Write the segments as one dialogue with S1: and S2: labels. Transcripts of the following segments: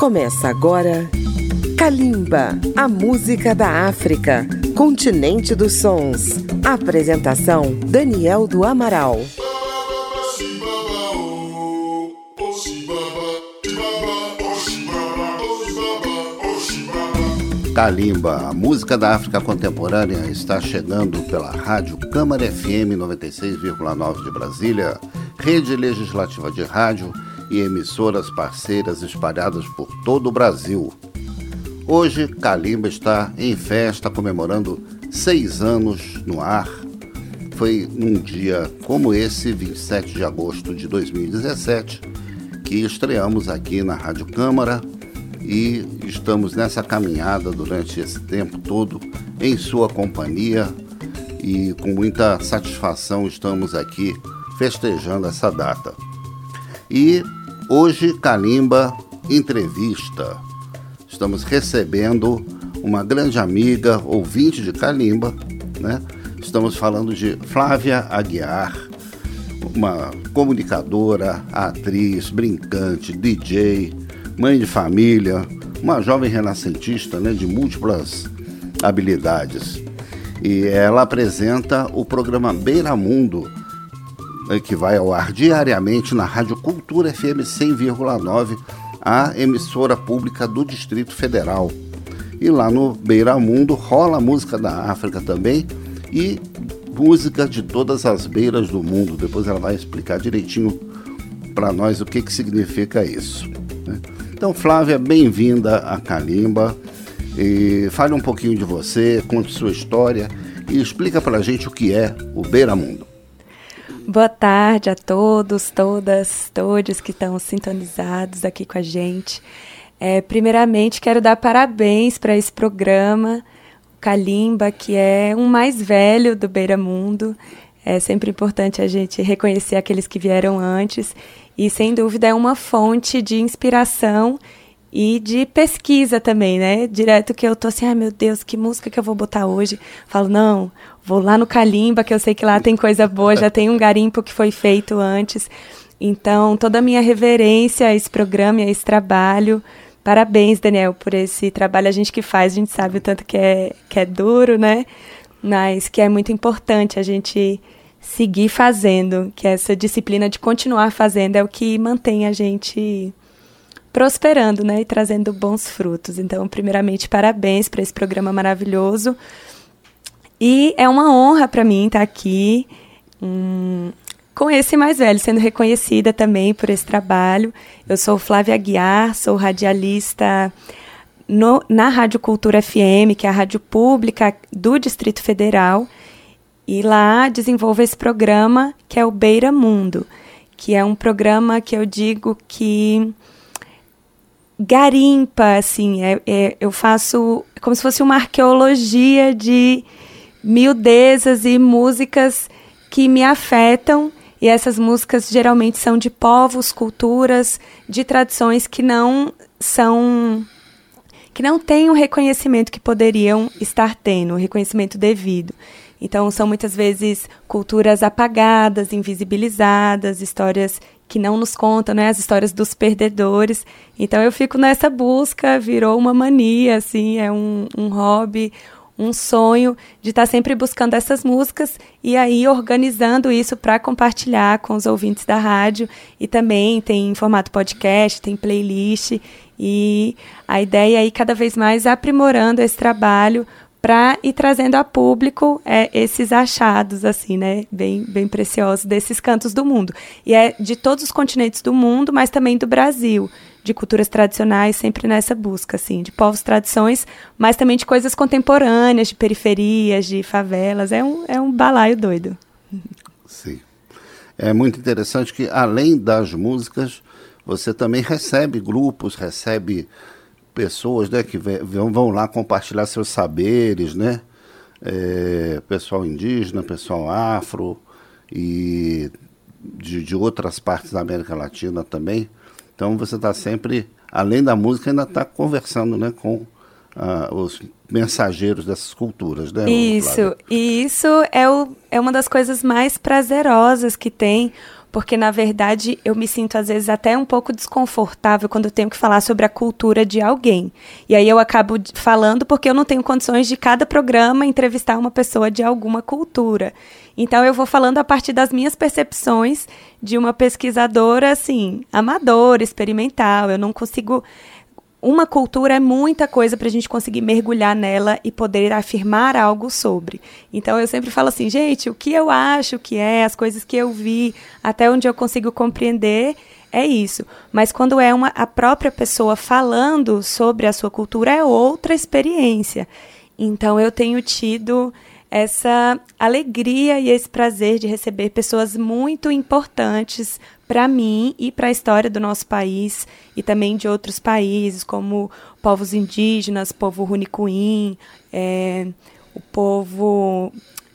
S1: Começa agora Kalimba, a música da África, continente dos sons. Apresentação Daniel do Amaral.
S2: Kalimba, a música da África contemporânea, está chegando pela Rádio Câmara FM 96,9 de Brasília, rede legislativa de rádio e emissoras parceiras espalhadas por todo o Brasil. Hoje, Kalimba está em festa, comemorando 6 anos no ar. Foi num dia como esse, 27 de agosto de 2017, que estreamos aqui na Rádio Câmara e estamos nessa caminhada durante esse tempo todo em sua companhia e com muita satisfação estamos aqui festejando essa data. E hoje, Kalimba Entrevista. Estamos recebendo uma grande amiga, ouvinte de Kalimba, né? Estamos falando de Flávia Aguiar, uma comunicadora, atriz, brincante, DJ, mãe de família, uma jovem renascentista, né, de múltiplas habilidades. E ela apresenta o programa Beira Mundo, que vai ao ar diariamente na Rádio Cultura FM 100,9, a emissora pública do Distrito Federal. E lá no Beira Mundo rola música da África também e música de todas as beiras do mundo. Depois ela vai explicar direitinho para nós o que significa isso, né? Então, Flávia, bem-vinda a Kalimba. E fale um pouquinho de você, conte sua história e explica para a gente o que é o Beira Mundo.
S3: Boa tarde a todos, todas, todos que estão sintonizados aqui com a gente. Primeiramente, quero dar parabéns para esse programa, o Kalimba, que é um mais velho do Beira Mundo. É sempre importante a gente reconhecer aqueles que vieram antes. E, sem dúvida, é uma fonte de inspiração e de pesquisa também, né? Direto que eu tô assim, ai meu Deus, que música que eu vou botar hoje? Falo, não, vou lá no Kalimba, que eu sei que lá tem coisa boa, já tem um garimpo que foi feito antes. Então, toda a minha reverência a esse programa e a esse trabalho. Parabéns, Daniel, por esse trabalho. A gente que faz, a gente sabe o tanto que é duro, né? Mas que é muito importante a gente seguir fazendo, que essa disciplina de continuar fazendo é o que mantém a gente prosperando, né, e trazendo bons frutos. Então, primeiramente, parabéns para esse programa maravilhoso. E é uma honra para mim estar aqui com esse mais velho, sendo reconhecida também por esse trabalho. Eu sou Flávia Aguiar, sou radialista na Rádio Cultura FM, que é a rádio pública do Distrito Federal, e lá desenvolvo esse programa que é o Beira Mundo, que é um programa que eu digo que garimpa, assim, eu faço como se fosse uma arqueologia de miudezas e músicas que me afetam, e essas músicas geralmente são de povos, culturas, de tradições que não têm o reconhecimento que poderiam estar tendo, o reconhecimento devido. Então, são muitas vezes culturas apagadas, invisibilizadas, histórias que não nos contam, né? As histórias dos perdedores. Então, eu fico nessa busca, virou uma mania, assim, é um hobby, um sonho de estar sempre buscando essas músicas e aí organizando isso para compartilhar com os ouvintes da rádio. E também tem em formato podcast, tem playlist. E a ideia é ir cada vez mais aprimorando esse trabalho para ir trazendo a público esses achados, assim, né, bem preciosos desses cantos do mundo. E é de todos os continentes do mundo, mas também do Brasil, de culturas tradicionais, sempre nessa busca, assim, de povos, tradições, mas também de coisas contemporâneas, de periferias, de favelas. É um balaio doido.
S2: Sim. É muito interessante que, além das músicas, você também recebe grupos, recebe pessoas, né, que vão lá compartilhar seus saberes, né? Pessoal indígena, pessoal afro e de outras partes da América Latina também. Então você está sempre, além da música, ainda está conversando, né, com os mensageiros dessas culturas, né?
S3: Isso, e isso é uma das coisas mais prazerosas que tem, porque, na verdade, eu me sinto, às vezes, até um pouco desconfortável quando eu tenho que falar sobre a cultura de alguém. E aí eu acabo falando porque eu não tenho condições de, cada programa, entrevistar uma pessoa de alguma cultura. Então, eu vou falando a partir das minhas percepções de uma pesquisadora, assim, amadora, experimental. Eu não consigo... Uma cultura é muita coisa para a gente conseguir mergulhar nela e poder afirmar algo sobre. Então, eu sempre falo assim, gente, o que eu acho que é, as coisas que eu vi, até onde eu consigo compreender, é isso. Mas quando é a própria pessoa falando sobre a sua cultura, é outra experiência. Então, eu tenho tido essa alegria e esse prazer de receber pessoas muito importantes para mim e para a história do nosso país e também de outros países, como povos indígenas, povo Runicuim, o povo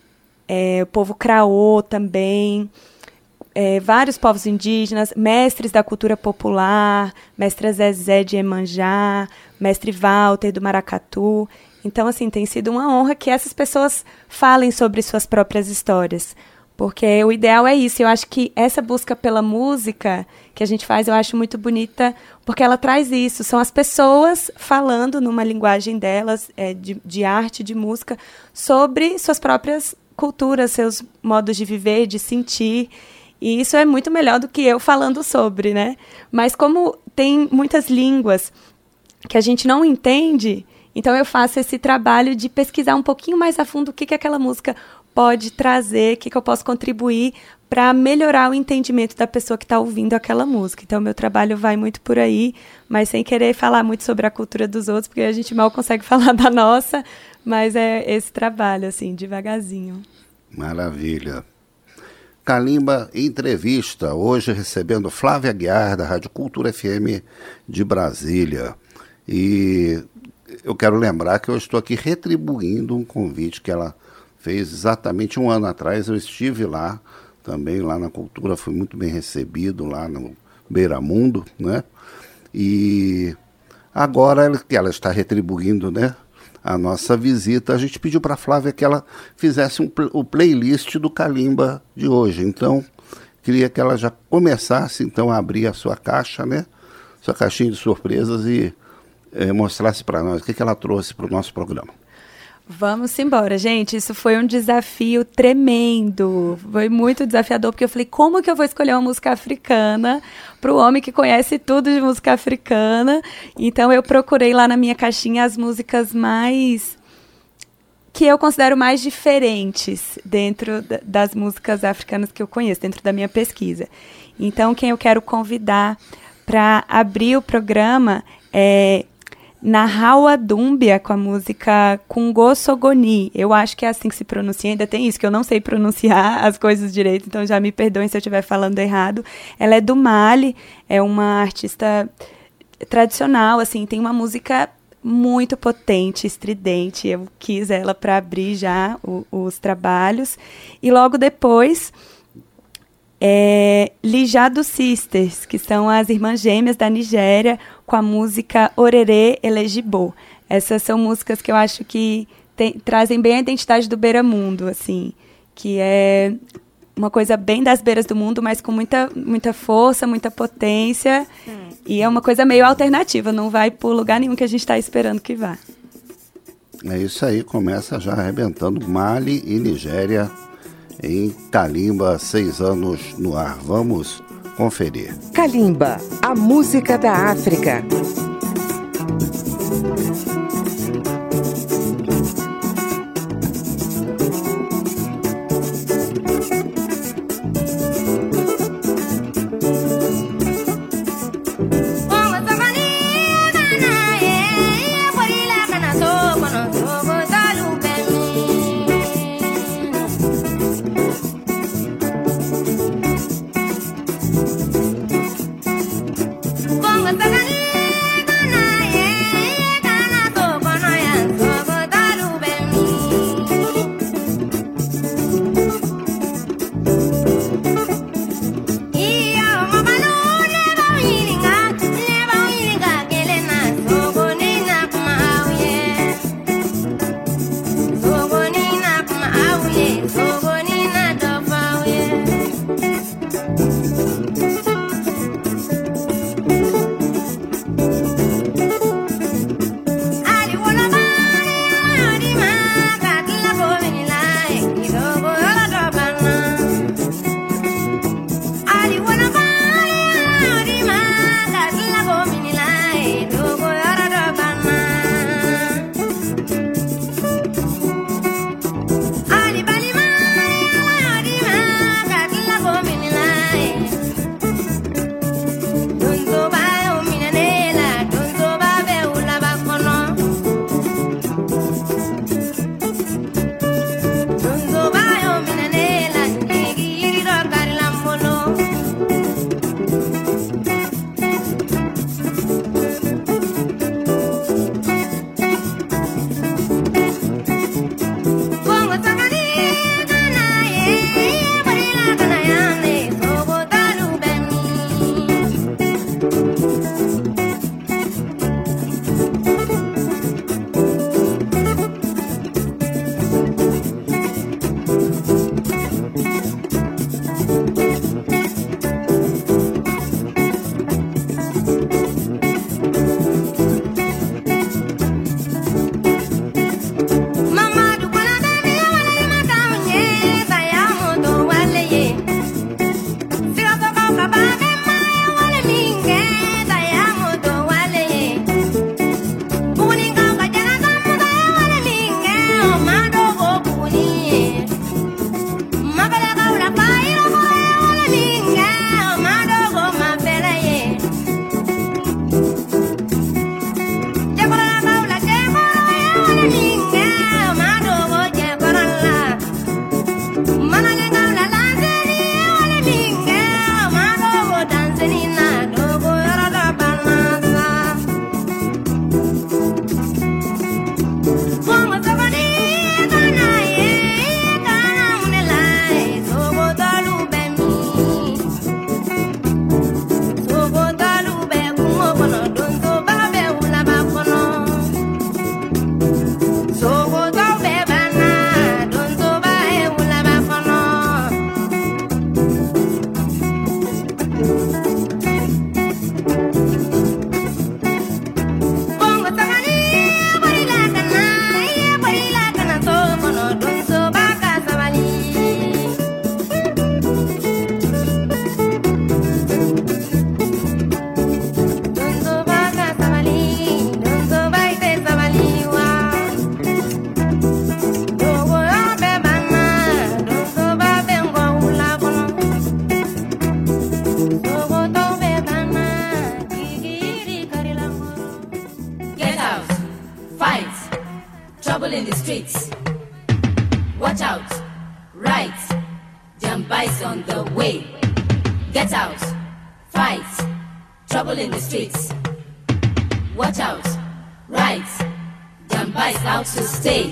S3: Craô também, vários povos indígenas, mestres da cultura popular, mestre Zezé de Iemanjá, mestre Walter do Maracatu. Então, assim, tem sido uma honra que essas pessoas falem sobre suas próprias histórias. Porque o ideal é isso. Eu acho que essa busca pela música que a gente faz, eu acho muito bonita, porque ela traz isso. São as pessoas falando numa linguagem delas, de arte, de música, sobre suas próprias culturas, seus modos de viver, de sentir. E isso é muito melhor do que eu falando sobre, né? Mas como tem muitas línguas que a gente não entende... Então, eu faço esse trabalho de pesquisar um pouquinho mais a fundo o que aquela música pode trazer, o que eu posso contribuir para melhorar o entendimento da pessoa que está ouvindo aquela música. Então, meu trabalho vai muito por aí, mas sem querer falar muito sobre a cultura dos outros, porque a gente mal consegue falar da nossa, mas é esse trabalho, assim, devagarzinho.
S2: Maravilha. Kalimba Entrevista, hoje recebendo Flávia Aguiar, da Rádio Cultura FM de Brasília. E... eu quero lembrar que eu estou aqui retribuindo um convite que ela fez exatamente 1 ano atrás. Eu estive lá, também lá na Cultura, fui muito bem recebido lá no Beiramundo, né? E agora que ela está retribuindo, né, a nossa visita, a gente pediu para a Flávia que ela fizesse o playlist do Kalimba de hoje. Então, queria que ela já começasse então a abrir a sua caixa, né? Sua caixinha de surpresas e mostrasse para nós o que ela trouxe para o nosso programa.
S3: Vamos embora, gente. Isso foi um desafio tremendo. Foi muito desafiador, porque eu falei, como que eu vou escolher uma música africana para o homem que conhece tudo de música africana? Então, eu procurei lá na minha caixinha as músicas que eu considero mais diferentes dentro das músicas africanas que eu conheço, dentro da minha pesquisa. Então, quem eu quero convidar para abrir o programa é Nahawa Doumbia, com a música Kungo Sogoni. Eu acho que é assim que se pronuncia, ainda tem isso, que eu não sei pronunciar as coisas direito, então já me perdoem se eu estiver falando errado. Ela é do Mali, é uma artista tradicional, assim, tem uma música muito potente, estridente. Eu quis ela para abrir já os trabalhos. E logo depois... Lijado Sisters, que são as irmãs gêmeas da Nigéria, com a música Orere Elegibo. Essas são músicas que eu acho que trazem bem a identidade do Beiramundo, assim, que é uma coisa bem das beiras do mundo, mas com muita, muita força, muita potência, e é uma coisa meio alternativa, não vai por lugar nenhum que a gente está esperando que vá.
S2: É isso aí, começa já arrebentando Mali e Nigéria em Kalimba, 6 anos no ar. Vamos conferir.
S1: Kalimba, a música da África.
S4: trouble in the streets. Watch out, right, Jamba's on the way. Get out, fight, trouble in the streets. Watch out, right, Jamba's out to stay.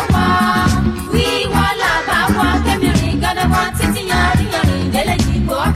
S4: Go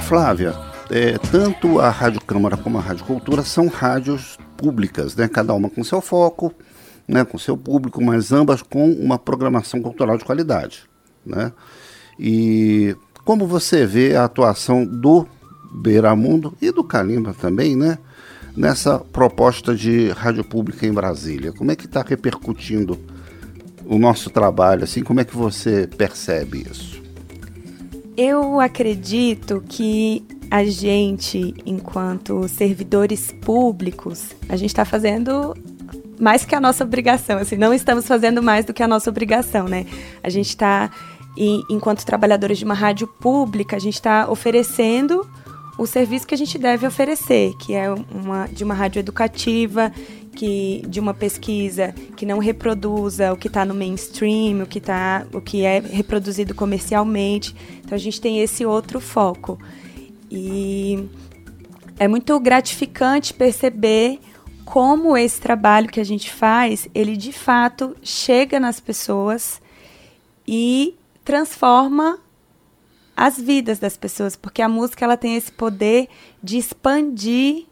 S2: Flávia, tanto a Rádio Câmara como a Rádio Cultura são rádios públicas, né? Cada uma com seu foco, né? Com seu público, mas ambas com uma programação cultural de qualidade, né? E como você vê a atuação do Beramundo e do Kalimba também, né? Nessa proposta de rádio pública em Brasília? Como é que está repercutindo o nosso trabalho? Assim, como é que você percebe isso?
S3: Eu acredito que a gente, enquanto servidores públicos, a gente está fazendo mais que a nossa obrigação. Assim, não estamos fazendo mais do que a nossa obrigação, né? A gente está, enquanto trabalhadores de uma rádio pública, a gente está oferecendo o serviço que a gente deve oferecer, que é de uma rádio educativa, de uma pesquisa que não reproduza o que está no mainstream, o que é reproduzido comercialmente. Então a gente tem esse outro foco. E é muito gratificante perceber como esse trabalho que a gente faz, ele de fato chega nas pessoas e transforma as vidas das pessoas, porque a música ela tem esse poder de expandir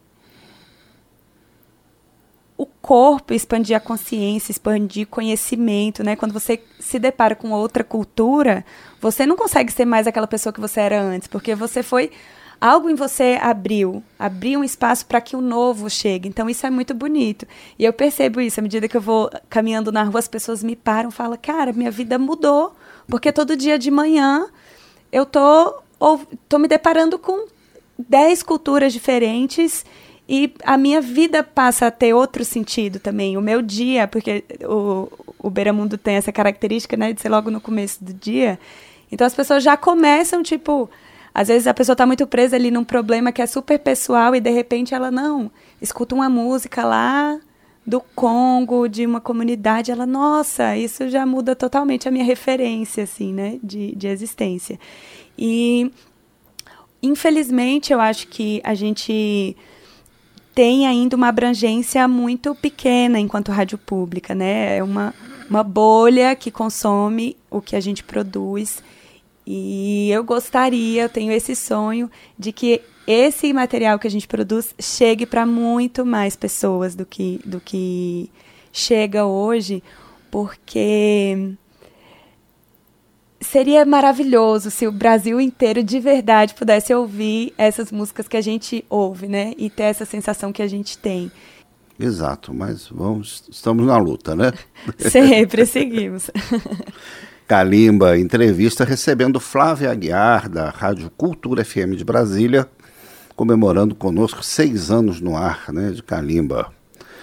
S3: o corpo, expandir a consciência, expandir conhecimento, né? Quando você se depara com outra cultura, você não consegue ser mais aquela pessoa que você era antes, porque algo em você abriu um espaço para que o novo chegue. Então, isso é muito bonito. E eu percebo isso, à medida que eu vou caminhando na rua, as pessoas me param e falam, cara, minha vida mudou, porque todo dia de manhã eu tô me deparando com 10 culturas diferentes e a minha vida passa a ter outro sentido também. O meu dia, porque o Beramundo tem essa característica, né, de ser logo no começo do dia. Então as pessoas já começam, às vezes a pessoa está muito presa ali num problema que é super pessoal e de repente ela escuta uma música lá do Congo, de uma comunidade, ela, nossa, isso já muda totalmente a minha referência, assim, né, de existência. E, infelizmente, eu acho que a gente tem ainda uma abrangência muito pequena enquanto rádio pública, né, é uma bolha que consome o que a gente produz. E eu tenho esse sonho de que esse material que a gente produz chegue para muito mais pessoas do que chega hoje, porque seria maravilhoso se o Brasil inteiro de verdade pudesse ouvir essas músicas que a gente ouve, né? E ter essa sensação que a gente tem.
S2: Exato, mas estamos na luta, né?
S3: Sempre seguimos.
S2: Kalimba, entrevista recebendo Flávia Aguiar, da Rádio Cultura FM de Brasília, comemorando conosco 6 anos no ar, né, de Kalimba.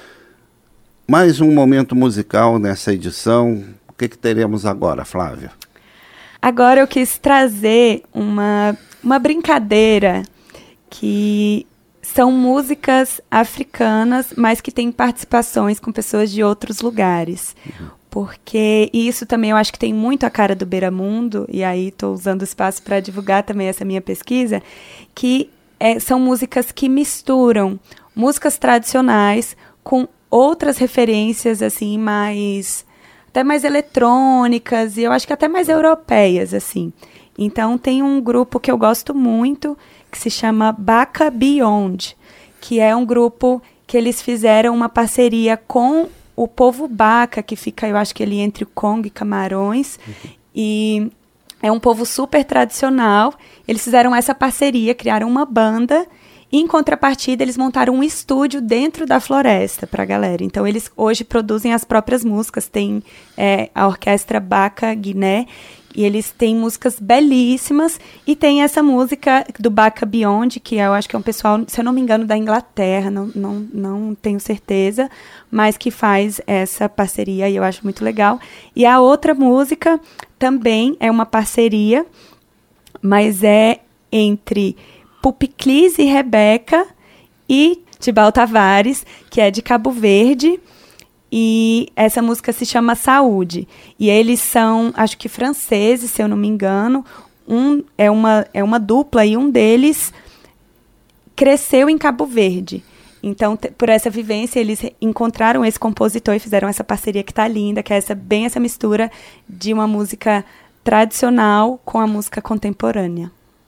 S2: Mais um momento musical nessa edição. O que teremos agora, Flávia?
S3: Agora eu quis trazer uma brincadeira que são músicas africanas, mas que têm participações com pessoas de outros lugares. Porque isso também eu acho que tem muito a cara do Beramundo, e aí estou usando o espaço para divulgar também essa minha pesquisa, que são músicas que misturam músicas tradicionais com outras referências, assim, até mais eletrônicas, e eu acho que até mais europeias, assim. Então tem um grupo que eu gosto muito, que se chama Baka Beyond, que é um grupo que eles fizeram uma parceria com o povo Baka, que fica, eu acho que ali entre o Congo e Camarões, e é um povo super tradicional. Eles fizeram essa parceria, criaram uma banda, e em contrapartida eles montaram um estúdio dentro da floresta para a galera. Então eles hoje produzem as próprias músicas, tem a orquestra Baka Guiné, e eles têm músicas belíssimas, e tem essa música do Baka Beyond, que eu acho que é um pessoal, se eu não me engano, da Inglaterra, não tenho certeza, mas que faz essa parceria, e eu acho muito legal. E a outra música também é uma parceria, mas é entre Pupiclis e Rebeca e Tibau Tavares, que é de Cabo Verde. E essa música se chama Saúde. E eles são, acho que franceses, se eu não me engano. É uma dupla e um deles cresceu em Cabo Verde. Então, por essa vivência, eles encontraram esse compositor e fizeram essa parceria que tá linda, que é bem essa mistura de uma música tradicional com a música contemporânea.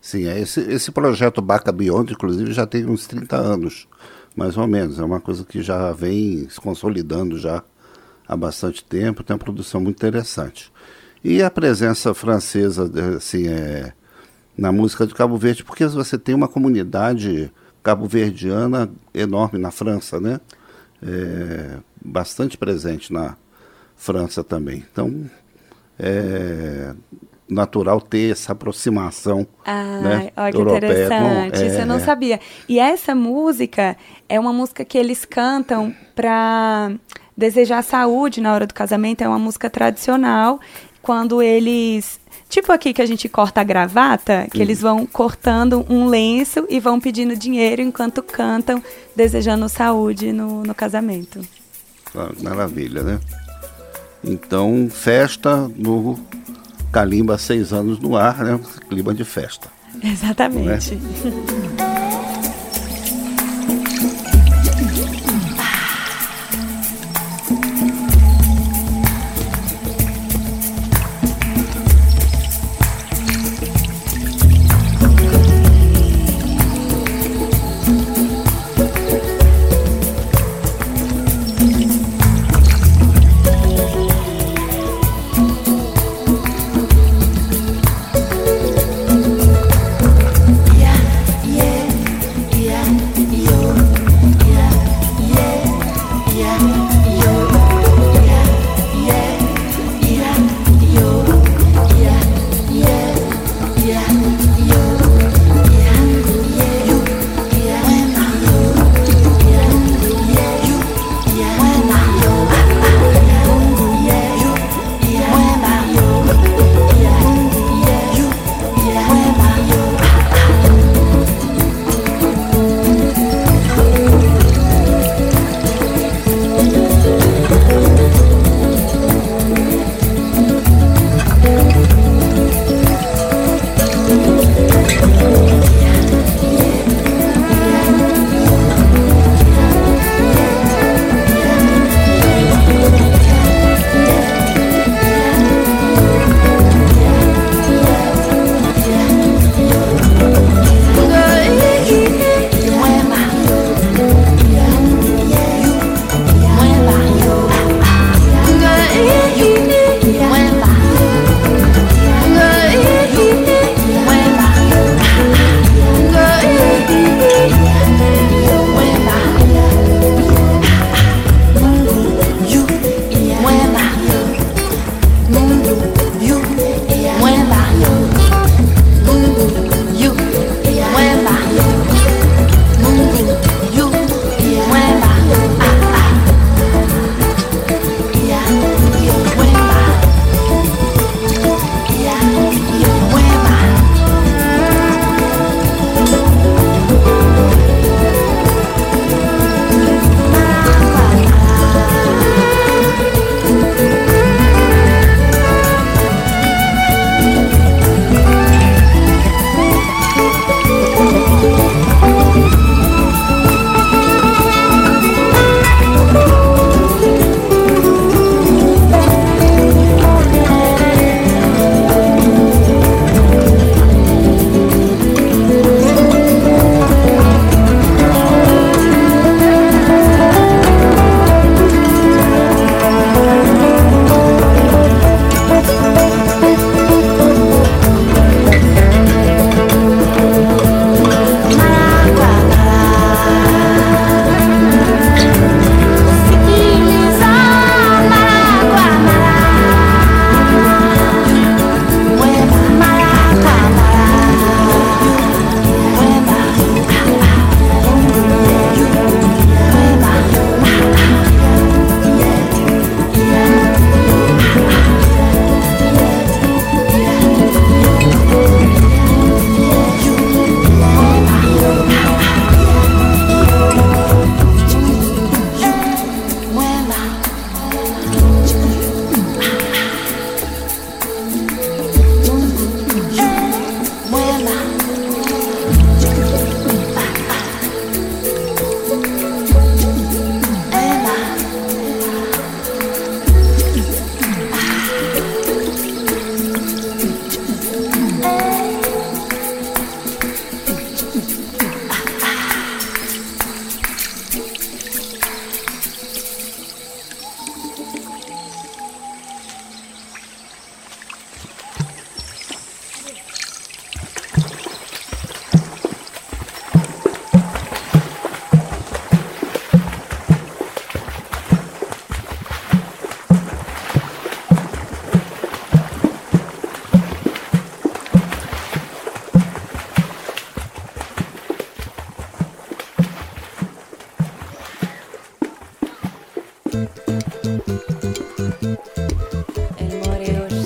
S2: Sim, esse projeto Baca Beyond, inclusive, já tem uns 30 anos, mais ou menos. É uma coisa que já vem se consolidando já há bastante tempo, tem uma produção muito interessante. E a presença francesa, assim, na música de Cabo Verde, porque você tem uma comunidade cabo-verdiana enorme na França, né? Bastante presente na França também. Então, é natural ter essa aproximação, né,
S3: olha que
S2: europeia.
S3: interessante, isso eu não sabia. E essa música é uma música que eles cantam para desejar saúde na hora do casamento, é uma música tradicional, quando eles... Tipo aqui que a gente corta a gravata, que eles vão cortando um lenço e vão pedindo dinheiro enquanto cantam, desejando saúde no casamento.
S2: Maravilha, né? Então, festa no Kalimba, 6 anos no ar, né? Clima de festa.
S3: Exatamente.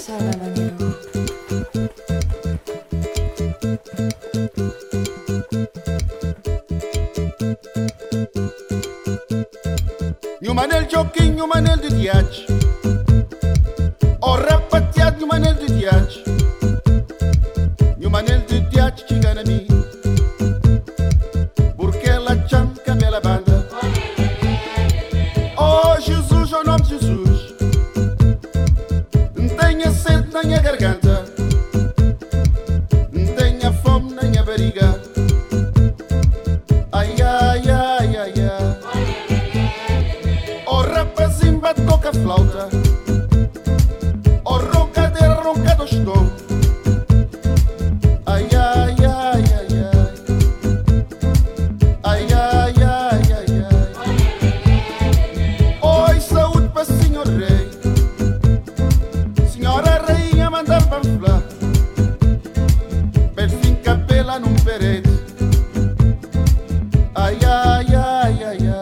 S5: E o manel joquinho, o manel de diate. O rapateado, o manel de diate. E o manel de diate chega na mim. Porque ela chama bela banda. Oh Jesus, o nome de Jesus. Não tenha sede na minha garganta. Não tenha fome na minha barriga. Ai, ai, ai, ai, ai. O rapazinho bate coca flauta. O roncadeira ronca do estou. Ai, ai, ai, ai, ai. Ai, ai, ai, ai, ai. Oi, saúde para senhor rei. Senhora rainha mandar panflar. Perfim capela num perete. Ai, ai, ai, ai, ai.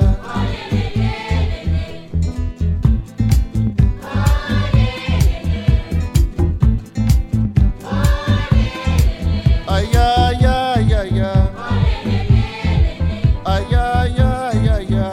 S5: Ai, ai, ai, ai, ai. Ai, ai, ai, ai, ai.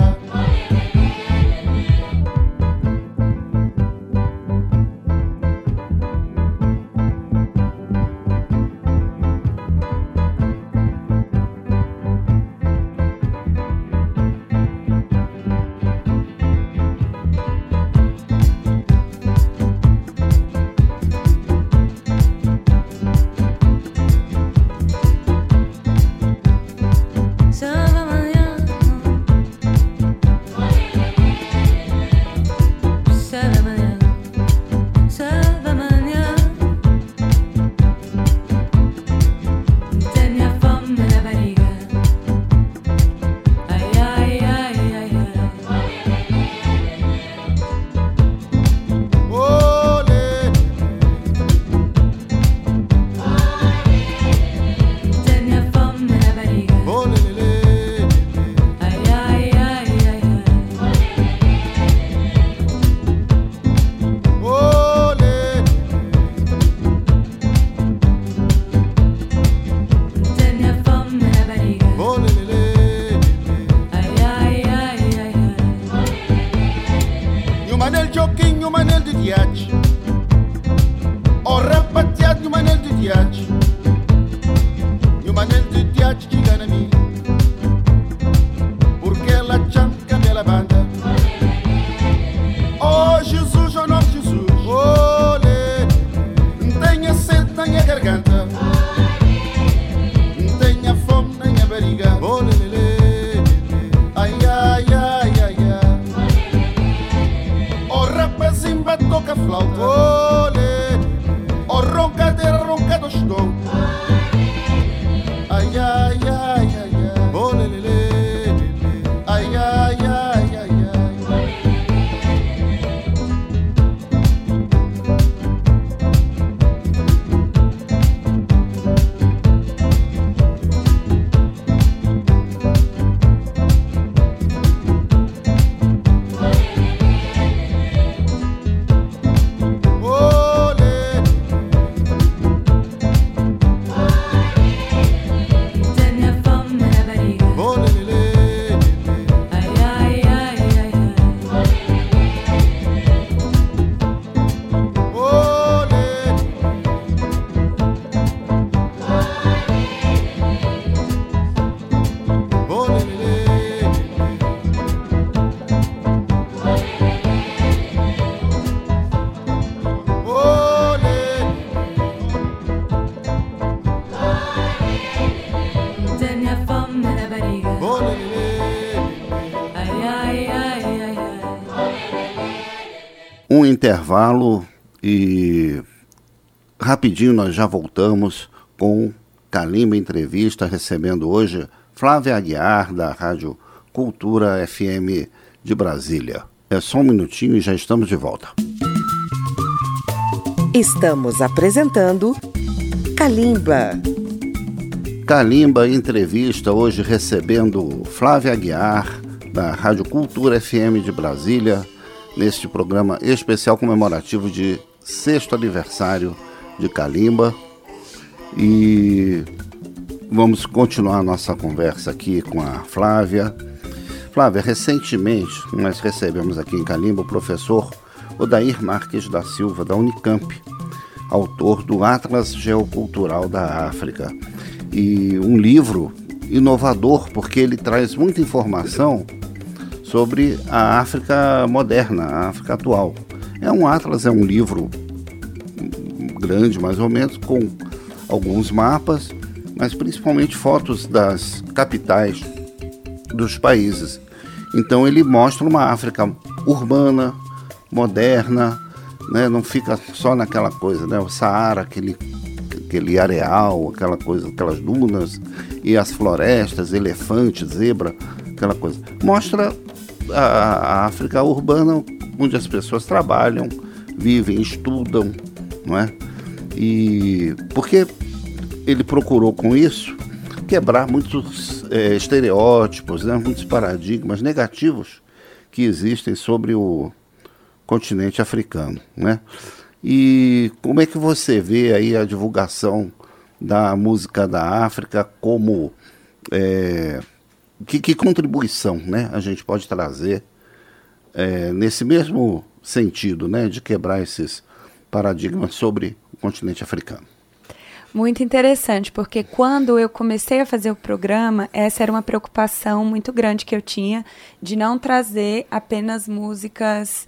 S5: E o manel joquinho, o manel de diate. O rapateado, o manel de diate. E o manel de diate chega na mim. Porque ela chama bela banda. Oh Jesus, o nome de Jesus. Olê, não tenha sede na minha garganta. Não tenha fome na minha barriga. Olê, lê, lê. Ai, ai, ai, ai, ai. O rapazinho bate coca flauta. Olê, o roncadeira ronca do estou. Ai, ai, ai, ai, ai. Olê, lê, lê. Ai, ai, ai, ai, ai.
S2: Um intervalo e rapidinho nós já voltamos com Kalimba Entrevista, recebendo hoje Flávia Aguiar, da Rádio Cultura FM de Brasília. É só um minutinho e já estamos de volta.
S1: Estamos apresentando Kalimba.
S2: Kalimba Entrevista, hoje recebendo Flávia Aguiar, da Rádio Cultura FM de Brasília, neste programa especial comemorativo de 6º aniversário de Kalimba. E vamos continuar a nossa conversa aqui com a Flávia. Flávia, recentemente nós recebemos aqui em Kalimba o professor Odair Marques da Silva, da Unicamp, autor do Atlas Geocultural da África. E um livro inovador, porque ele traz muita informação sobre a África moderna, a África atual. É um atlas, é um livro grande, mais ou menos, com alguns mapas, mas principalmente fotos das capitais dos países. Então ele mostra uma África urbana, moderna, né? Não fica só naquela coisa, né? O Saara, aquele areal, aquela coisa, aquelas dunas e as florestas, elefante, zebra, aquela coisa. Mostra a África urbana, onde as pessoas trabalham, vivem, estudam, não é? E porque ele procurou com isso quebrar muitos estereótipos, né? Muitos paradigmas negativos que existem sobre o continente africano, né? E como é que você vê aí a divulgação da música da África como que contribuição, né, a gente pode trazer nesse mesmo sentido, né, de quebrar esses paradigmas sobre o continente africano?
S3: Muito interessante, porque quando eu comecei a fazer o programa, essa era uma preocupação muito grande que eu tinha, de não trazer apenas músicas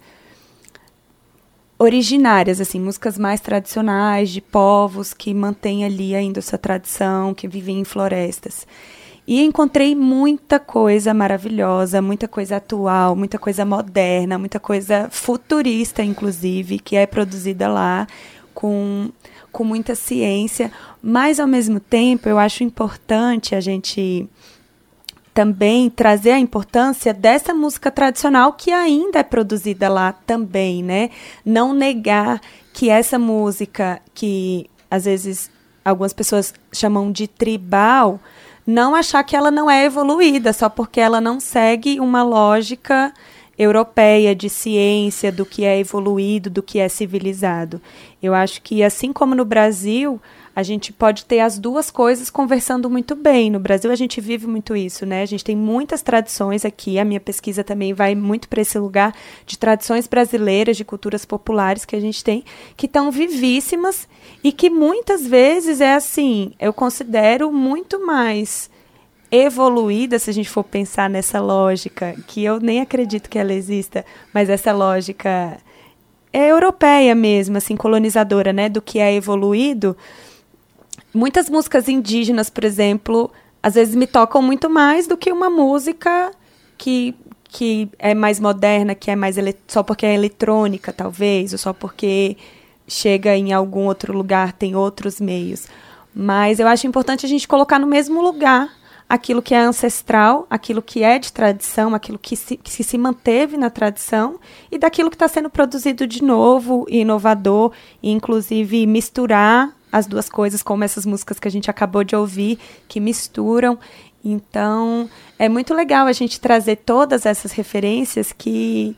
S3: originárias, assim, músicas mais tradicionais, de povos que mantêm ali ainda essa tradição, que vivem em florestas. E encontrei muita coisa maravilhosa, muita coisa atual, muita coisa moderna, muita coisa futurista, inclusive, que é produzida lá com muita ciência, mas, ao mesmo tempo, eu acho importante a gente também trazer a importância dessa música tradicional que ainda é produzida lá também, né? Não negar que essa música, que às vezes algumas pessoas chamam de tribal, não achar que ela não é evoluída, só porque ela não segue uma lógica europeia de ciência, do que é evoluído, do que é civilizado. Eu acho que, assim como no Brasil, a gente pode ter as duas coisas conversando muito bem. No Brasil, a gente vive muito isso, né? A gente tem muitas tradições aqui, a minha pesquisa também vai muito para esse lugar de tradições brasileiras, de culturas populares que a gente tem, que estão vivíssimas e que muitas vezes é assim, eu considero muito mais evoluída, se a gente for pensar nessa lógica, que eu nem acredito que ela exista, mas essa lógica é europeia mesmo, assim, colonizadora, né, do que é evoluído. Muitas músicas indígenas, por exemplo, às vezes me tocam muito mais do que uma música que é mais moderna, que é mais só porque é eletrônica, talvez, ou só porque chega em algum outro lugar, tem outros meios. Mas eu acho importante a gente colocar no mesmo lugar aquilo que é ancestral, aquilo que é de tradição, aquilo que se manteve na tradição, e daquilo que está sendo produzido de novo e inovador, e inclusive misturar as duas coisas, como essas músicas que a gente acabou de ouvir, que misturam. Então, é muito legal a gente trazer todas essas referências que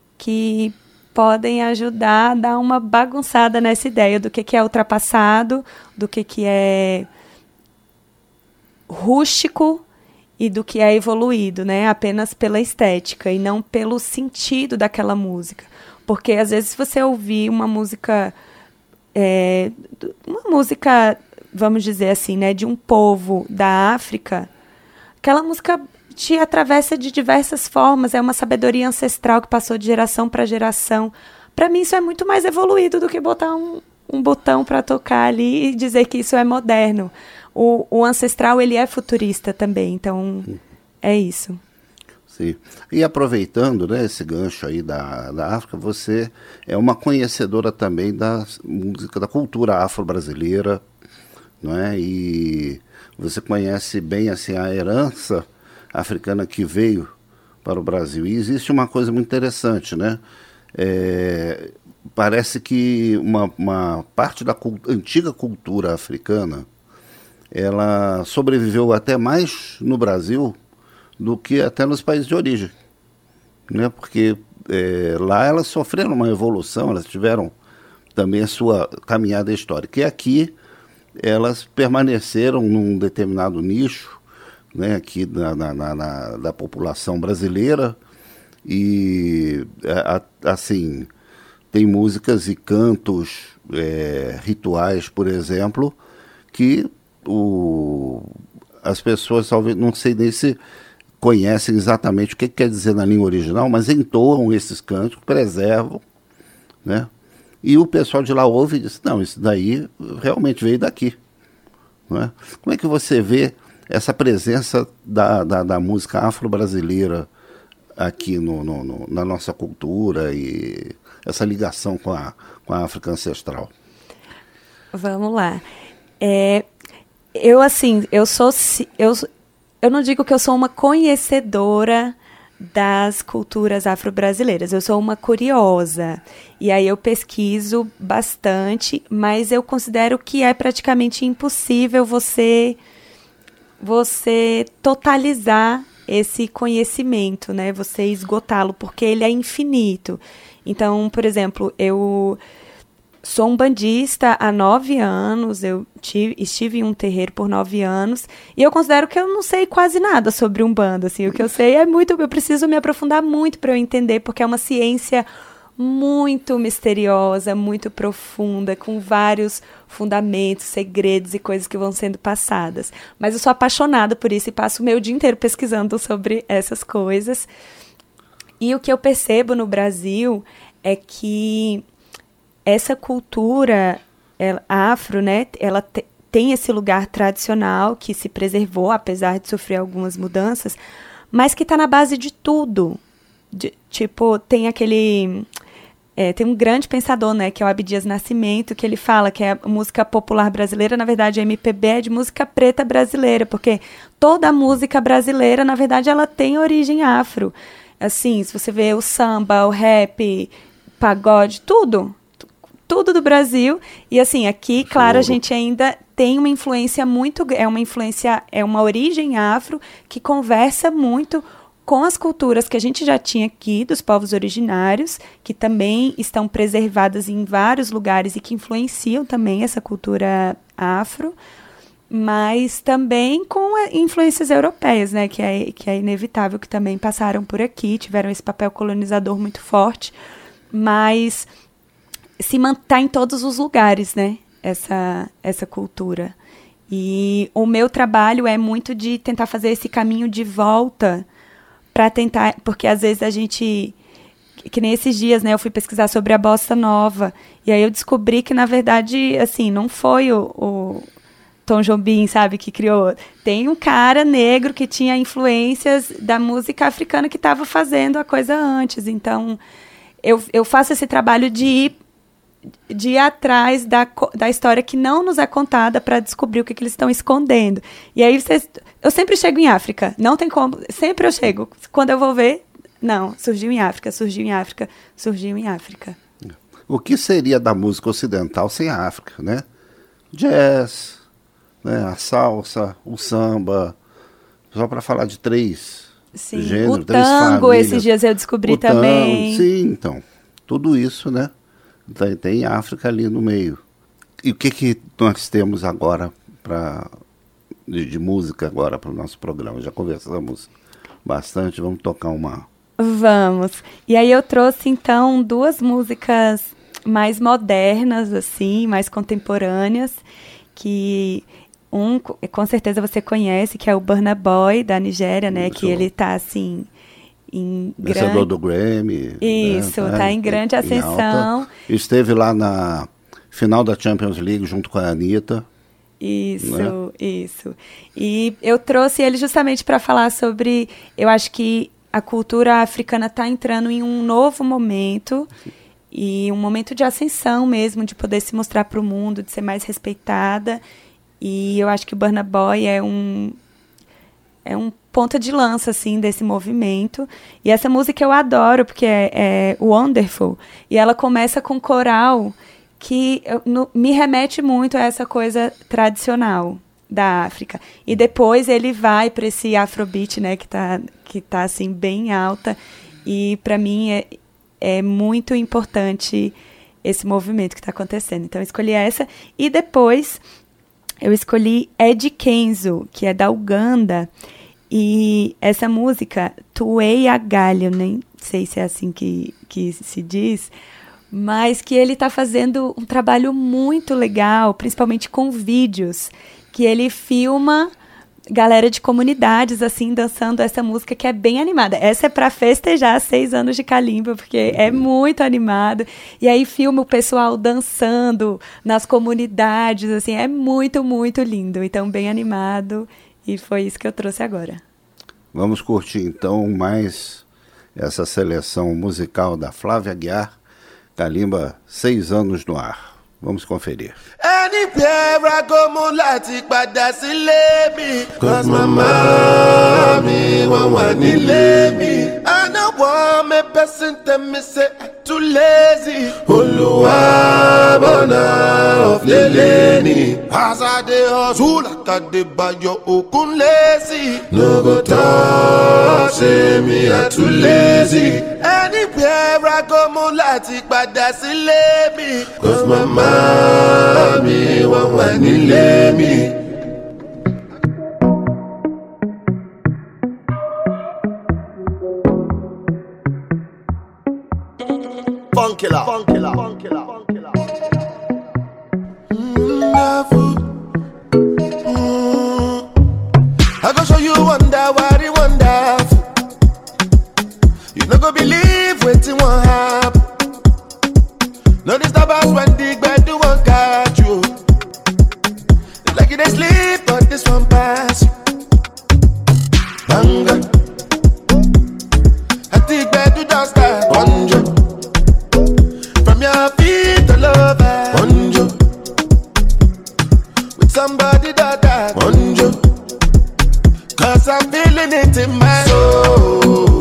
S3: podem ajudar a dar uma bagunçada nessa ideia do que é ultrapassado, do que é rústico e do que é evoluído, né? Apenas pela estética e não pelo sentido daquela música. Porque, às vezes, se você ouvir uma música, vamos dizer assim, né, de um povo da África, aquela música te atravessa de diversas formas, é uma sabedoria ancestral que passou de geração para geração. Para mim, isso é muito mais evoluído do que botar um botão para tocar ali e dizer que isso é moderno. O ancestral, ele é futurista também, então é isso.
S2: Sim. E aproveitando, né, esse gancho aí da África, você é uma conhecedora também da música, da cultura afro-brasileira, não é? E você conhece bem assim, a herança africana que veio para o Brasil. E existe uma coisa muito interessante, né? Parece que uma parte da antiga cultura africana, ela sobreviveu até mais no Brasil do que até nos países de origem, né? Porque lá elas sofreram uma evolução, elas tiveram também a sua caminhada histórica. E aqui elas permaneceram num determinado nicho, né, aqui da população brasileira, e assim, tem músicas e cantos rituais, por exemplo, que as pessoas talvez não sei nem se conhecem exatamente o que quer dizer na língua original, mas entoam esses cantos, preservam, né? E o pessoal de lá ouve e diz, não, isso daí realmente veio daqui. Não é? Como é que você vê essa presença da música afro-brasileira aqui na nossa cultura e essa ligação com a África ancestral?
S3: Vamos lá. Eu não digo que eu sou uma conhecedora das culturas afro-brasileiras, eu sou uma curiosa, e aí eu pesquiso bastante, mas eu considero que é praticamente impossível você totalizar esse conhecimento, né? Você esgotá-lo, porque ele é infinito. Então, por exemplo, eu sou umbandista há 9 anos, eu estive em um terreiro por 9 anos, e eu considero que eu não sei quase nada sobre Umbanda, assim, o que eu sei eu preciso me aprofundar muito para eu entender, porque é uma ciência muito misteriosa, muito profunda, com vários fundamentos, segredos e coisas que vão sendo passadas. Mas eu sou apaixonada por isso e passo o meu dia inteiro pesquisando sobre essas coisas. E o que eu percebo no Brasil é que essa cultura afro, né, ela tem esse lugar tradicional que se preservou, apesar de sofrer algumas mudanças, mas que está na base de tudo. Tipo, tem tem um grande pensador, né, que é o Abdias Nascimento, que ele fala que a música popular brasileira, na verdade, a MPB é de música preta brasileira, porque toda a música brasileira, na verdade, ela tem origem afro. Assim, se você vê o samba, o rap, pagode, tudo do Brasil. E assim, aqui, claro, a gente ainda tem uma influência muito... É uma origem afro que conversa muito com as culturas que a gente já tinha aqui, dos povos originários, que também estão preservadas em vários lugares e que influenciam também essa cultura afro, mas também com influências europeias, né, que é inevitável, que também passaram por aqui, tiveram esse papel colonizador muito forte, mas se mantém em todos os lugares, né, essa cultura. E o meu trabalho é muito de tentar fazer esse caminho de volta para tentar, porque às vezes a gente, que nem esses dias, né, eu fui pesquisar sobre a bossa nova, e aí eu descobri que, na verdade, assim, não foi o Tom Jobim, sabe, que criou. Tem um cara negro que tinha influências da música africana que estava fazendo a coisa antes. Então, eu faço esse trabalho de ir atrás da história que não nos é contada para descobrir o que eles estão escondendo. E aí eu sempre chego em África, não tem como, sempre eu chego. Quando eu vou ver, não, surgiu em África.
S2: O que seria da música ocidental sem a África, né? Jazz, né? A salsa, o samba, só para falar de 3 gêneros,
S3: o tango, esses dias eu descobri também.
S2: Sim, então, tudo isso, né? Tem África ali no meio. E o que nós temos agora de música agora para o nosso programa? Já conversamos bastante, vamos tocar uma...
S3: Vamos. E aí eu trouxe, então, 2 músicas mais modernas, assim, mais contemporâneas, que com certeza você conhece, que é o Burna Boy, da Nigéria, né? Que ele tá, assim...
S2: Vencedor do Grammy.
S3: Isso, né? Tá em grande ascensão.
S2: Esteve lá na final da Champions League junto com a Anitta.
S3: Isso,
S2: né?
S3: Isso. E eu trouxe ele justamente para falar sobre... Eu acho que a cultura africana está entrando em um novo momento, e um momento de ascensão mesmo, de poder se mostrar para o mundo, de ser mais respeitada. E eu acho que o Burna Boy é um ponta de lança, assim, desse movimento. E essa música eu adoro, porque é Wonderful. E ela começa com coral que me remete muito a essa coisa tradicional da África. E depois ele vai para esse afrobeat, né, que tá assim, bem alta. E para mim é muito importante esse movimento que está acontecendo. Então, eu escolhi essa. E depois, eu escolhi Ed Kenzo, que é da Uganda. E essa música, Tuei Agalho, nem sei se é assim que se diz, mas que ele está fazendo um trabalho muito legal, principalmente com vídeos, que ele filma galera de comunidades, assim, dançando essa música que é bem animada. Essa é para festejar 6 anos de Kalimba, porque é muito animado. E aí filma o pessoal dançando nas comunidades, assim, é muito, muito lindo. Então, bem animado. E foi isso que eu trouxe agora.
S2: Vamos curtir, então, mais essa seleção musical da Flávia Aguiar, Kalimba, 6 anos no ar. Vamos conferir.
S5: Anywhere I go, mo láti padà sílé mi. Cause my mommy wọ́n wà nílé mi. I no want me person tell me say I too lazy. Olúwa bọ̀nà ọ̀flẹ̀lẹ̀ ni. As I dey hustle like I dey bayo okun lazy. No go talk say me I too lazy. Anywhere I go, mo láti padà sílé mi. Cause my mommy wọ́n wà nílé mi. Funkilla, funkilla, funkilla, funkilla. I go show you wonderful. You no go believe wetin wan happen. No disturb us when the gbedu wan catch you. It's like you dey sleep, but this one pass you. Banga, at the gbedu don start. Bonjo, from your feet all over. Bonjo, with somebody that bonjo. Cause I'm feeling it in my soul.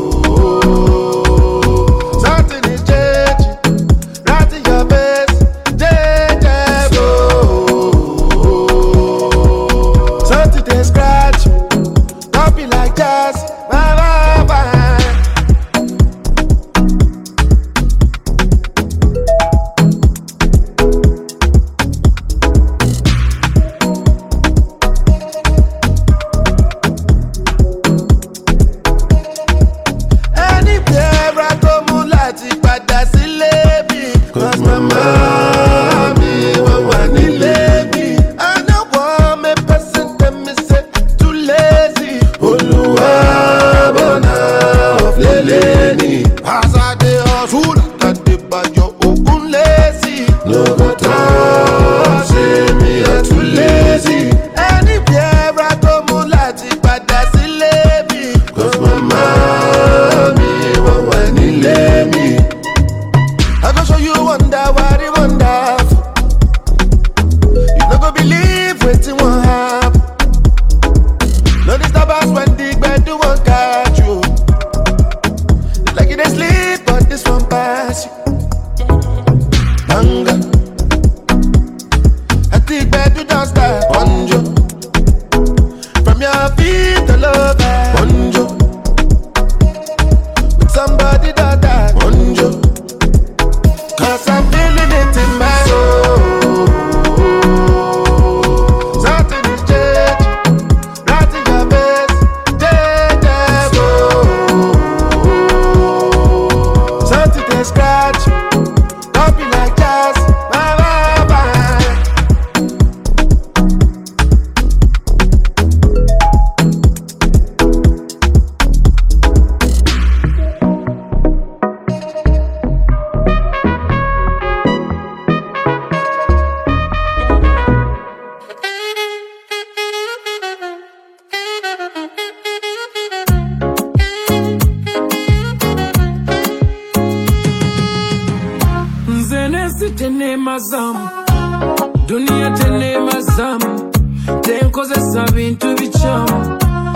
S6: Dunia tene mazamu tenkozesa bintu bichamu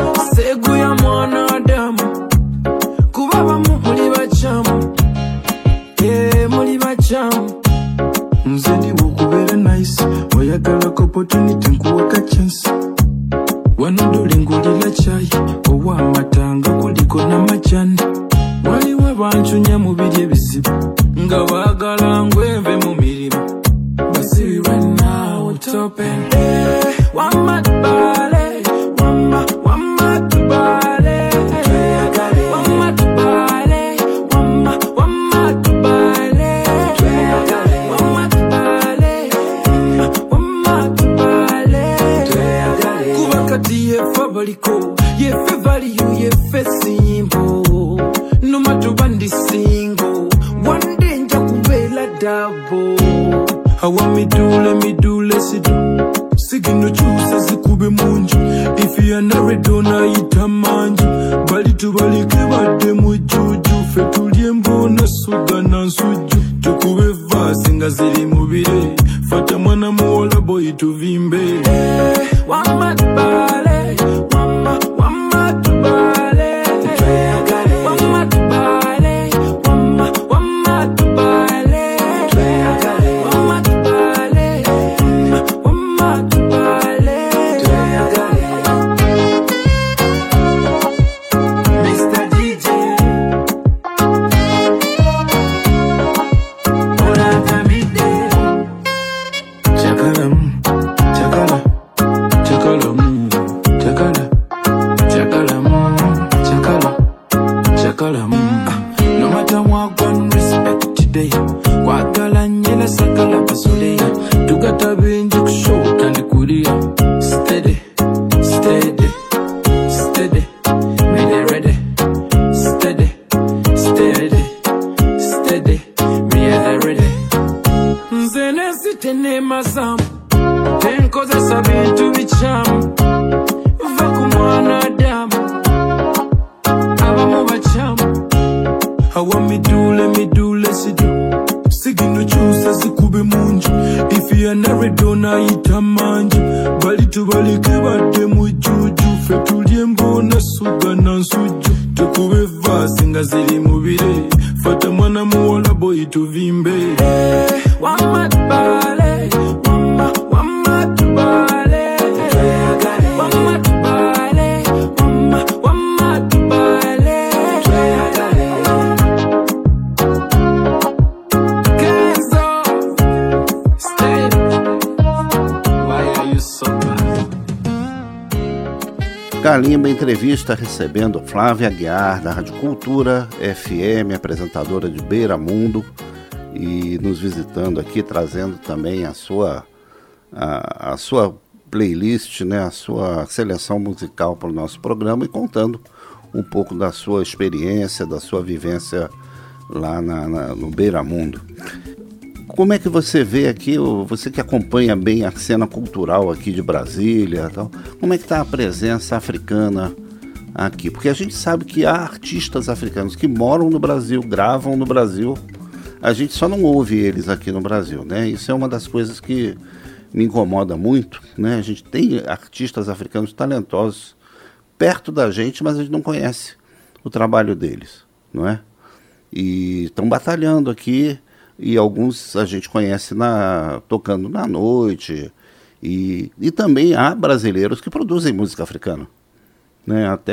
S6: segu ya mwanadamu kubaba muli bachamu muli bachamu nze ndi bukubera nice oyagala opportunity nkuweka chance wanodole ngulira chai owa matanga kuliko na majani waliwo banchunya mu biri ebizibu nga baagala ngweve mu matope wamatubale wamatubale wamatubale wamatubale wamatubale kuba kati yefa baliko yefe value yefe simple no matter bandi single one day nja kubela double hawa midule sidu sigino chusa zikube munju ifi anaredona itamanju bali tubalike bade mujuju fetulie mbona suga na nsuju tukube vasi nga ziri mubire fata mwana muola boy tuvimbe wamatubale wamatubale no matter what one respect today kwagala nyela sakala basuleya tugata benje kushow kandi kulia steady steady steady ready steady steady steady ready nzene sitene masam tenkoza sabintu bicham vakumwana adamu hawa midule sidu sigino chusa zikube munju ifi anaredona itamanju bali tubalike bade mujuju fetulie mbona suga na nsuju tukube vasi nga ziri mubire fata mwana muola boy tuvimbe wamatubale wamatubale
S2: Kalimba entrevista recebendo Flávia Aguiar, da Rádio Cultura FM, apresentadora de Beira Mundo, e nos visitando aqui, trazendo também a sua playlist, né, a sua seleção musical para o nosso programa e contando um pouco da sua experiência, da sua vivência lá no Beira Mundo. Como é que você vê aqui, você que acompanha bem a cena cultural aqui de Brasília, tal, como é que está a presença africana aqui? Porque a gente sabe que há artistas africanos que moram no Brasil, gravam no Brasil, a gente só não ouve eles aqui no Brasil, né? Isso é uma das coisas que me incomoda muito, né? A gente tem artistas africanos talentosos perto da gente, mas a gente não conhece o trabalho deles, não é? E estão batalhando aqui. E alguns a gente conhece tocando na noite, e também há brasileiros que produzem música africana, né? Até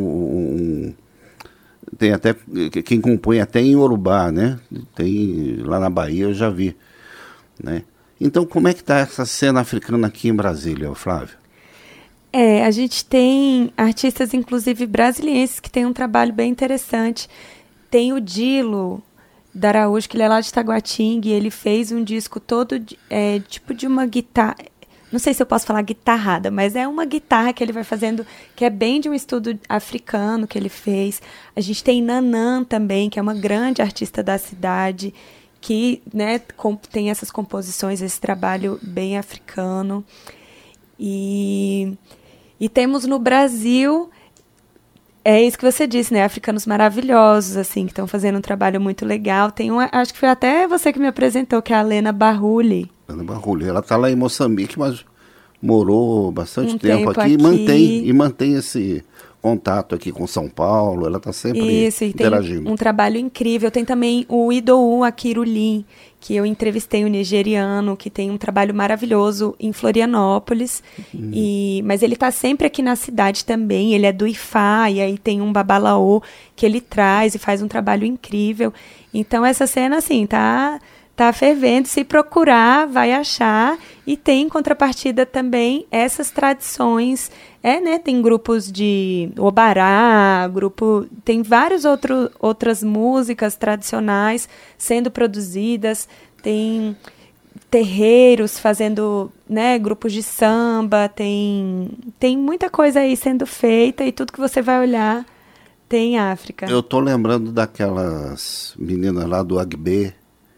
S2: tem até quem compõe até em Yorubá, né? Tem lá na Bahia, eu já vi, né? Então como é que está essa cena africana aqui em Brasília, Flávio?
S3: A gente tem artistas inclusive brasilienses que têm um trabalho bem interessante. Tem o Dilo da Araújo, que ele é lá de Taguatinga, e ele fez um disco todo tipo de uma guitarra, não sei se eu posso falar guitarrada, mas é uma guitarra que ele vai fazendo, que é bem de um estudo africano que ele fez. A gente tem Nanã também, que é uma grande artista da cidade, que, né, tem essas composições, esse trabalho bem africano. E temos no Brasil... É isso que você disse, né? Africanos maravilhosos, assim, que estão fazendo um trabalho muito legal. Tem acho que foi até você que me apresentou, que é a Lena Barruli.
S2: Lena Barruli, ela está lá em Moçambique, mas morou bastante tempo aqui. E mantém esse contato aqui com São Paulo, ela está sempre interagindo. Tem um trabalho incrível. Tem também o Idou Akirulin, que eu entrevistei, um nigeriano, que tem um trabalho maravilhoso em Florianópolis. Mas ele está sempre aqui na cidade também, ele é do Ifá, e aí tem um babalaô que ele traz e faz um trabalho incrível. Então essa cena, assim, tá
S3: tá fervendo. Se procurar, vai achar. E tem em contrapartida também essas tradições. Né? Tem grupos de obará, tem várias outras músicas tradicionais sendo produzidas. Tem terreiros fazendo, né, grupos de samba. Tem muita coisa aí sendo feita e tudo que você vai olhar tem África.
S2: Eu tô lembrando daquelas meninas lá do Agbe,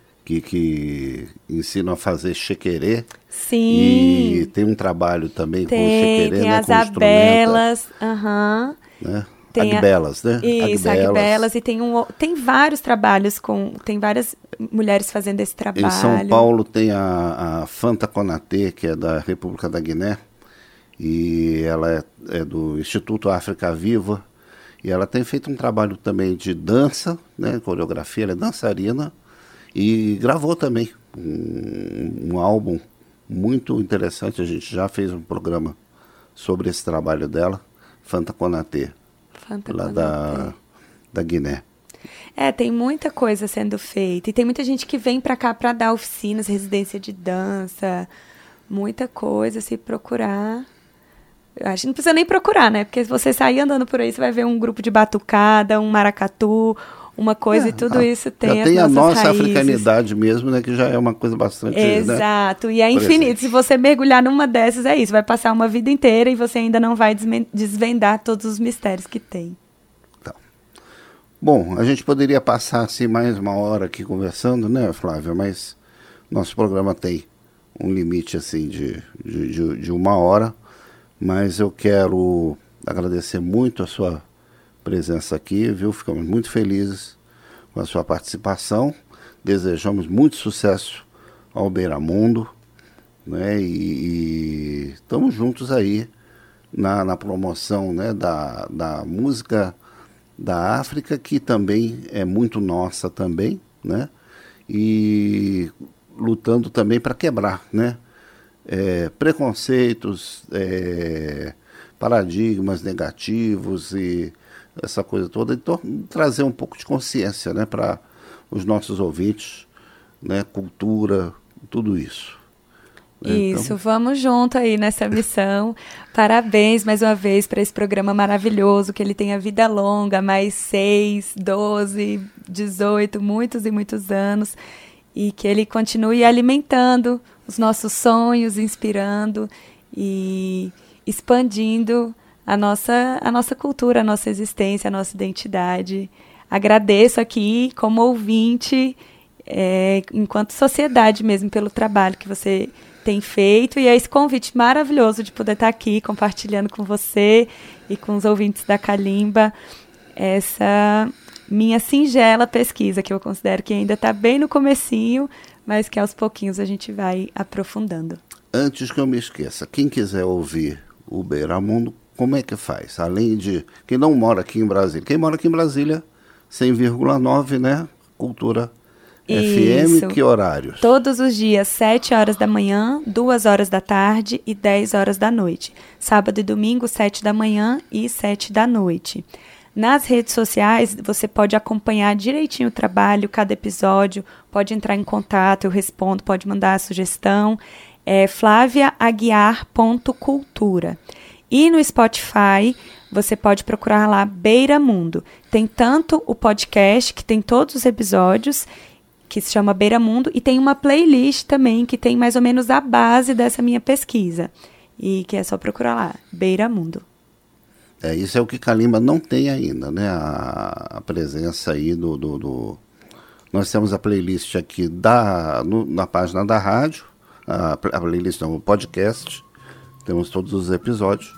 S2: que ensinam a fazer chequerê.
S3: Sim.
S2: E tem um trabalho também com o chequerê,
S3: tem
S2: né?
S3: As
S2: Com
S3: Abelas.
S2: Né?
S3: Tem
S2: Agbelas, né?
S3: Isso, Agbelas. E tem vários trabalhos, tem várias mulheres fazendo esse trabalho.
S2: Em São Paulo tem a Fanta Konatê, que é da República da Guiné. E ela é do Instituto África Viva. E ela tem feito um trabalho também de dança, né? Coreografia, ela é dançarina. E gravou também um álbum muito interessante. A gente já fez um programa sobre esse trabalho dela, Fanta Konatê, lá da Guiné.
S3: Tem muita coisa sendo feita. E tem muita gente que vem para cá para dar oficinas, residência de dança, muita coisa, se procurar. Eu acho que não precisa nem procurar, né? Porque se você sair andando por aí, você vai ver um grupo de batucada, um maracatu, uma coisa, e tudo isso tem as nossas raízes. Tem a nossa
S2: africanidade mesmo, né? Que já é uma coisa bastante...
S3: Exato,
S2: né,
S3: e é infinito. Se você mergulhar numa dessas, é isso. Vai passar uma vida inteira e você ainda não vai desvendar todos os mistérios que tem.
S2: Então. Bom, a gente poderia passar assim mais uma hora aqui conversando, né, Flávia? Mas nosso programa tem um limite assim de uma hora. Mas eu quero agradecer muito a sua presença aqui, viu? Ficamos muito felizes com a sua participação. Desejamos muito sucesso ao Beiramundo, né? E estamos juntos aí na promoção, né, da música da África, que também é muito nossa também, né? E lutando também para quebrar, né? Preconceitos, paradigmas negativos e essa coisa toda, então trazer um pouco de consciência, né, para os nossos ouvintes, né, cultura, tudo isso.
S3: Isso, então, vamos junto aí nessa missão. Parabéns mais uma vez para esse programa maravilhoso, que ele tenha vida longa, mais 6, 12, 18, muitos e muitos anos, e que ele continue alimentando os nossos sonhos, inspirando e expandindo a nossa cultura, a nossa existência, a nossa identidade. Agradeço aqui, como ouvinte, enquanto sociedade mesmo, pelo trabalho que você tem feito, e é esse convite maravilhoso de poder estar aqui compartilhando com você e com os ouvintes da Kalimba essa minha singela pesquisa, que eu considero que ainda está bem no comecinho, mas que aos pouquinhos a gente vai aprofundando.
S2: Antes que eu me esqueça, quem quiser ouvir o Beiramundo, como é que faz? Além de quem não mora aqui em Brasília. Quem mora aqui em Brasília, 100,9, né? Cultura
S3: Isso.
S2: FM, que horários?
S3: Todos os dias, 7 horas da manhã, 2 horas da tarde e 10 horas da noite. Sábado e domingo, 7 da manhã e 7 da noite. Nas redes sociais, você pode acompanhar direitinho o trabalho, cada episódio, pode entrar em contato, eu respondo, pode mandar a sugestão. É flaviaaguiar.cultura. E no Spotify, você pode procurar lá Beiramundo. Tem tanto o podcast, que tem todos os episódios, que se chama Beiramundo, e tem uma playlist também, que tem mais ou menos a base dessa minha pesquisa. E que é só procurar lá, Beiramundo.
S2: Isso é o que Kalimba não tem ainda, né? A presença aí do... Nós temos a playlist aqui na página da rádio, a playlist não, o podcast, temos todos os episódios,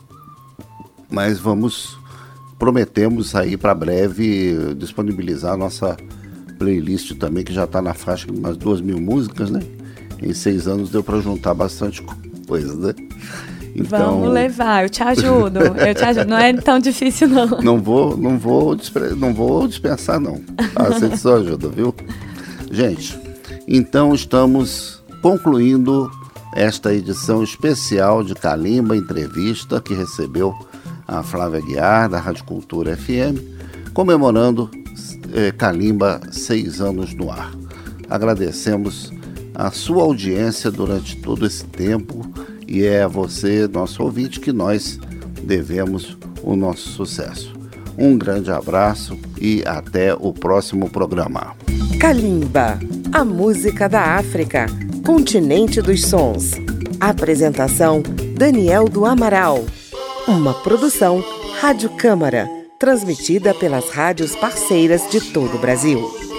S2: mas prometemos aí para breve disponibilizar a nossa playlist também, que já está na faixa de umas 2.000 músicas, né? Em 6 anos deu para juntar bastante coisa, né?
S3: Então, vamos levar, eu te ajudo, não é tão difícil não.
S2: Não vou dispensar não, aceito sua ajuda, viu? Gente, então estamos concluindo esta edição especial de Kalimba Entrevista, que recebeu a Flávia Aguiar, da Rádio Cultura FM, comemorando Kalimba 6 anos no ar. agradecemos a sua audiência durante todo esse tempo e é a você, nosso ouvinte, que nós devemos o nosso sucesso. Um grande abraço e até o próximo programa.
S1: Kalimba, a música da África, continente dos sons. Apresentação, Daniel do Amaral. Uma produção Rádio Câmara, transmitida pelas rádios parceiras de todo o Brasil.